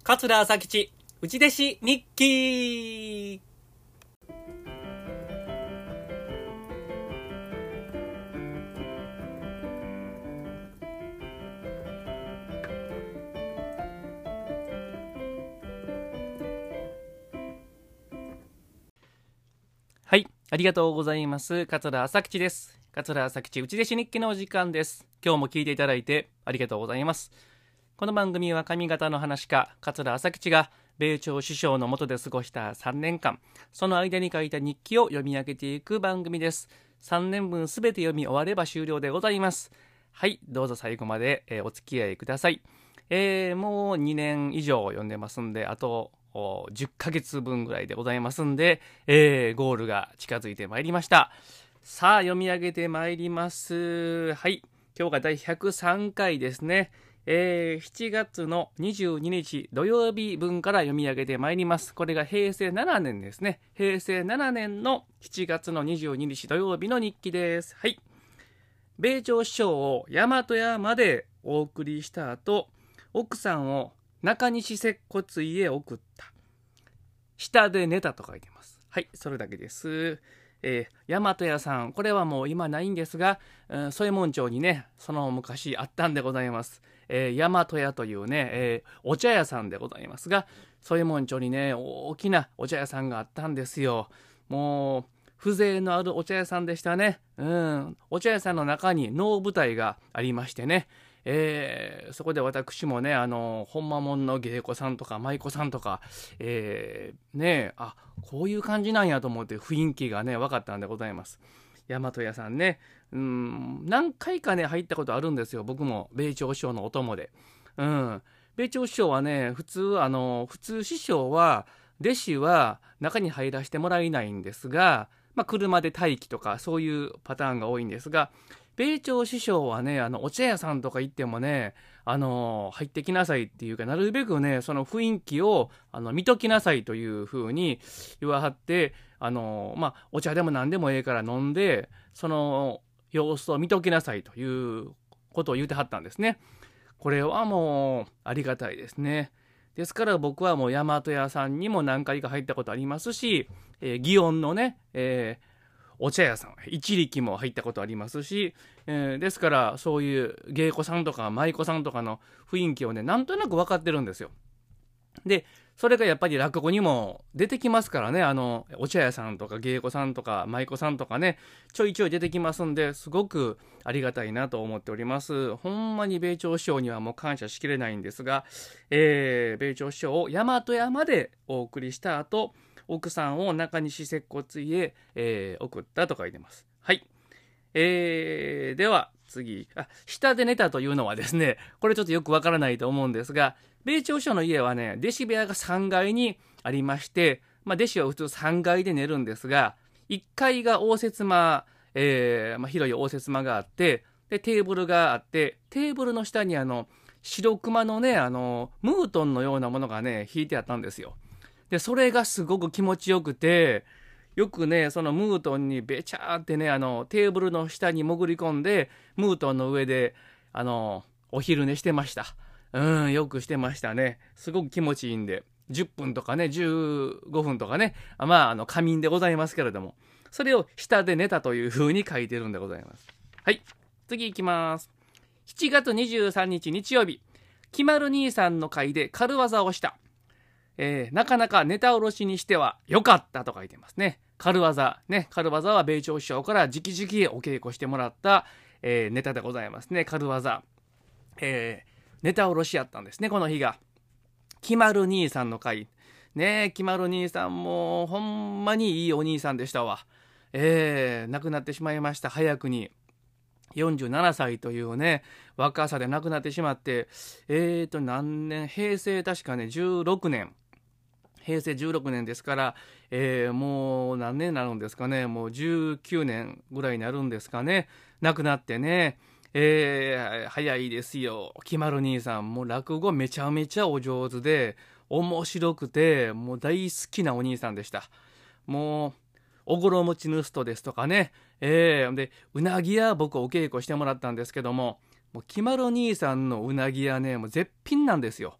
桂朝吉内弟子日記。はい、ありがとうございます。桂朝吉です。桂朝吉内弟子日記のお時間です。今日も聞いていただいてありがとうございます。この番組は上方の話家桂朝吉が米朝師匠の下で過ごした3年間、その間に書いた日記を読み上げていく番組です。3年分すべて読み終われば終了でございます。はい、どうぞ最後まで、お付き合いください。もう2年以上読んでますんで、あと10ヶ月分ぐらいでございますんで、ゴールが近づいてまいりました。さあ読み上げてまいります。はい、今日が第103回ですね。7月の22日土曜日分から読み上げてまいります。これが平成7年ですね。平成7年の7月の22日土曜日の日記です。はい。米朝師匠を大和屋までお送りした後、奥さんを中西接骨院へ送った。下で寝たと書いてます。はい、それだけです。大和屋さん、これはもう今ないんですが、添右衛門町にね、その昔あったんでございます。大和屋というね、お茶屋さんでございますが、添右衛門町にね、大きなお茶屋さんがあったんですよ。もう風情のあるお茶屋さんでしたね。お茶屋さんの中に能舞台がありましてね、そこで私もね、ほんまもんの芸妓さんとか舞妓さんとか、こういう感じなんやと思って雰囲気がね分かったんでございます。大和屋さんね、何回かね入ったことあるんですよ。僕も米朝師匠のお供で。米朝師匠はね、普通師匠は弟子は中に入らせてもらえないんですが、車で待機とかそういうパターンが多いんですが、米朝師匠はね、お茶屋さんとか行ってもね、入ってきなさいっていうか、なるべくね、その雰囲気を見ときなさいというふうに言わはって、お茶でも何でもええから飲んで、その様子を見ときなさいということを言うてはったんですね。これはもうありがたいですね。ですから僕はもう大和屋さんにも何回か入ったことありますし、祇園のね、お茶屋さん一力も入ったことありますし、ですからそういう芸妓さんとか舞妓さんとかの雰囲気をねなんとなく分かってるんですよ。でそれがやっぱり落語にも出てきますからね、お茶屋さんとか芸妓さんとか舞妓さんとかねちょいちょい出てきますんで、すごくありがたいなと思っております。ほんまに米朝師匠にはもう感謝しきれないんですが、米朝師匠を大和屋までお送りした後、奥さんを中西接骨院へ、送ったと書いてます。はい。では次、下で寝たというのはですね、これちょっとよくわからないと思うんですが、米朝師匠の家はね、弟子部屋が3階にありまして、弟子は普通3階で寝るんですが、1階が応接間、広い応接間があって、でテーブルがあって、テーブルの下に白熊のね、ムートンのようなものがね引いてあったんですよ。でそれがすごく気持ちよくて、よくねそのムートンにべちゃーってねテーブルの下に潜り込んでムートンの上でお昼寝してました。よくしてましたね。すごく気持ちいいんで、10分とかね15分とかね、仮眠でございますけれども、それを下で寝たという風に書いてるんでございます。はい、次いきます。7月23日日曜日、きまる兄さんの会で軽業をした。なかなかネタおろしにしては良かったと書いてますね。軽業ね、軽業は米朝師匠から直々お稽古してもらった、ネタでございますね。軽業、ネタおろしやったんですね、この日が。きまる兄さんの会ね、きまる兄さんもほんまにいいお兄さんでしたわ。亡くなってしまいました。早くに47歳というね若さで亡くなってしまって、何年、平成確かね16年、平成16年ですから、もう何年になるんですかね、もう19年ぐらいになるんですかね、亡くなってね。早いですよ。きまる兄さんもう落語めちゃめちゃお上手で面白くて、もう大好きなお兄さんでした。もうおごろもちぬすとですとかね、でうなぎ屋僕お稽古してもらったんですけども、もうきまる兄さんのうなぎ屋ねもう絶品なんですよ。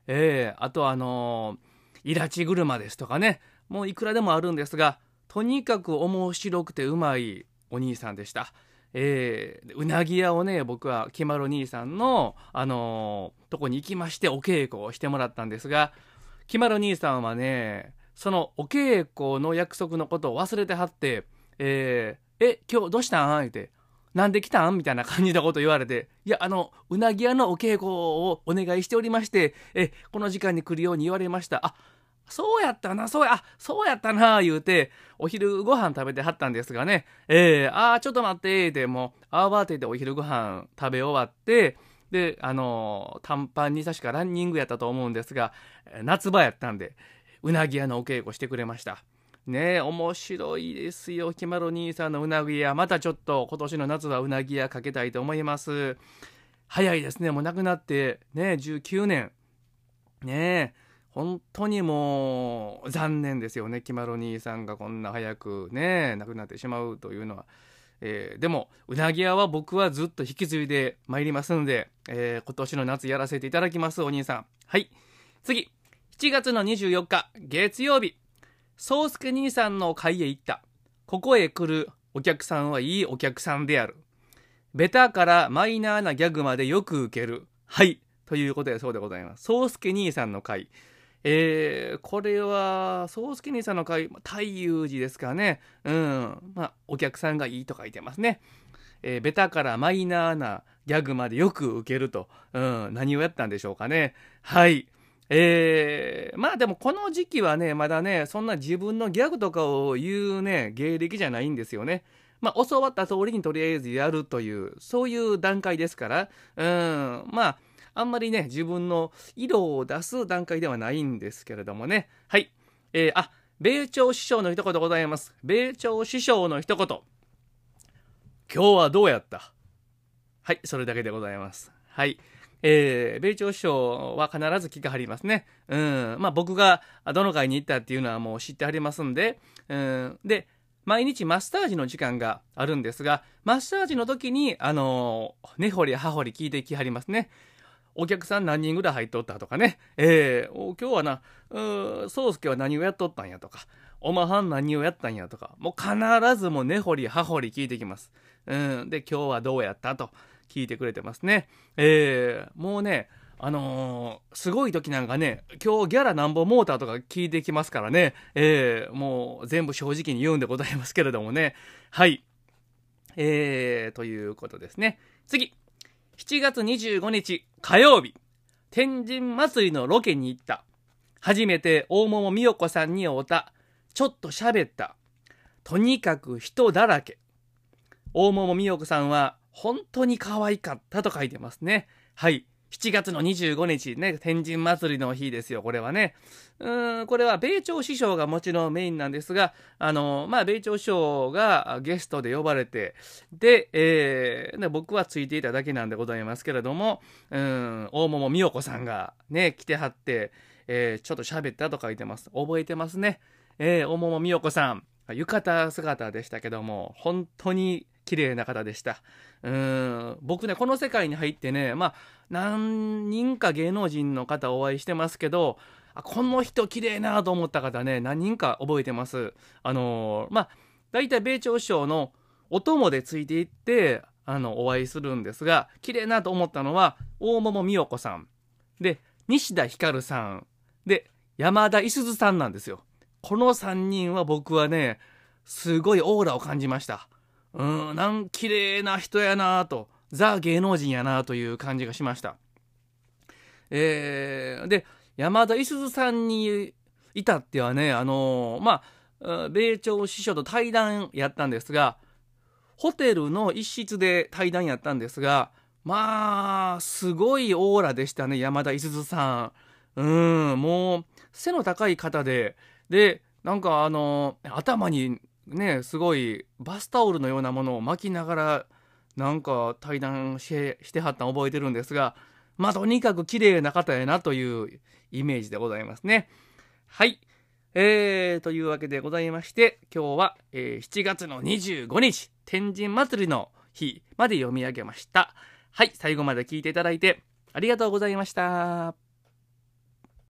あとイラチ車ですとかね、もういくらでもあるんですが、とにかく面白くてうまいお兄さんでした。うなぎ屋をね、僕はきまる兄さんの、とこに行きましてお稽古をしてもらったんですが、きまる兄さんはね、そのお稽古の約束のことを忘れてはって、今日どうしたん言って、なんで来たんみたいな感じのこと言われて、いや、うなぎ屋のお稽古をお願いしておりまして、この時間に来るように言われました。あ、そうやったな、そうやったな、言うて、お昼ご飯食べてはったんですがね、ちょっと待って、でもう、慌ててお昼ご飯食べ終わって、で、短パンに確かランニングやったと思うんですが、夏場やったんで、うなぎ屋のお稽古してくれました。ねえ、面白いですよ、きまる兄さんのうなぎ屋。またちょっと今年の夏はうなぎ屋かけたいと思います。早いですね、もう亡くなってね、19年。ねえ、本当にもう残念ですよね、きまる兄さんがこんな早くね、亡くなってしまうというのは。でも、うなぎ屋は僕はずっと引き継いでまいりますんで、今年の夏やらせていただきます、お兄さん。はい。次、7月の24日、月曜日。宗介兄さんの会へ行った。ここへ来るお客さんはいいお客さんである。ベタからマイナーなギャグまでよく受ける。はい。ということでそうでございます。宗介兄さんの会。これは、宗介兄さんの会、太遊寺ですかね。お客さんがいいと書いてますね。ベタからマイナーなギャグまでよく受けると。何をやったんでしょうかね。はい。でもこの時期はね、まだね、そんな自分のギャグとかを言うね、芸歴じゃないんですよね。教わった通りにとりあえずやるという、そういう段階ですから、あんまりね、自分の色を出す段階ではないんですけれどもね。はい。米朝師匠の一言ございます。米朝師匠の一言。今日はどうやった？はい、それだけでございます。はい。米朝師匠は必ず聞かはりますね。僕がどの会に行ったっていうのはもう知ってはりますんで、で、毎日マッサージの時間があるんですが、マッサージの時に、根掘り葉掘り聞いてきはりますね。お客さん何人ぐらい入っとったとかね。今日はな、宗介は何をやっとったんやとか、おまはん何をやったんやとか、もう必ずもう根掘り葉掘り聞いてきます。で、今日はどうやったと聞いてくれてますね。もうね、すごい時なんかね、今日ギャラなんぼモーターとか聞いてきますからね、もう全部正直に言うんでございますけれどもね。はい。ということですね。次。7月25日火曜日、天神祭りのロケに行った。初めて大桃美代子さんに会うた。ちょっと喋った。とにかく人だらけ。大桃美代子さんは本当に可愛かったと書いてますね。はい。7月の25日ね、天神祭りの日ですよ、これはね。これは米朝師匠がもちろんメインなんですが、米朝師匠がゲストで呼ばれて、で、僕はついていただけなんでございますけれども、大桃美代子さんがね、来てはって、ちょっと喋ったと書いてます。覚えてますね。大桃美代子さん、浴衣姿でしたけども、本当に綺麗な方でした。僕ね、この世界に入ってね、何人か芸能人の方お会いしてますけど、この人綺麗なと思った方ね、何人か覚えてます。大体米朝師匠のお供でついていって、お会いするんですが、綺麗なと思ったのは、大桃美代子さん。で、西田ひかるさん。で、山田五十鈴さんなんですよ。この3人は僕はね、すごいオーラを感じました。綺麗な人やなと、ザ芸能人やなという感じがしました。で、山田五十鈴さんに至ってはね、米朝師匠と対談やったんですが、ホテルの一室で対談やったんですが、すごいオーラでしたね、山田五十鈴さん。もう、背の高い方で、なんか頭にね、すごいバスタオルのようなものを巻きながら、なんか対談してはったの覚えてるんですが、とにかく綺麗な方やなというイメージでございますね。はい。というわけでございまして、今日は、7月の25日、天神祭りの日まで読み上げました。はい、最後まで聞いていただいてありがとうございました。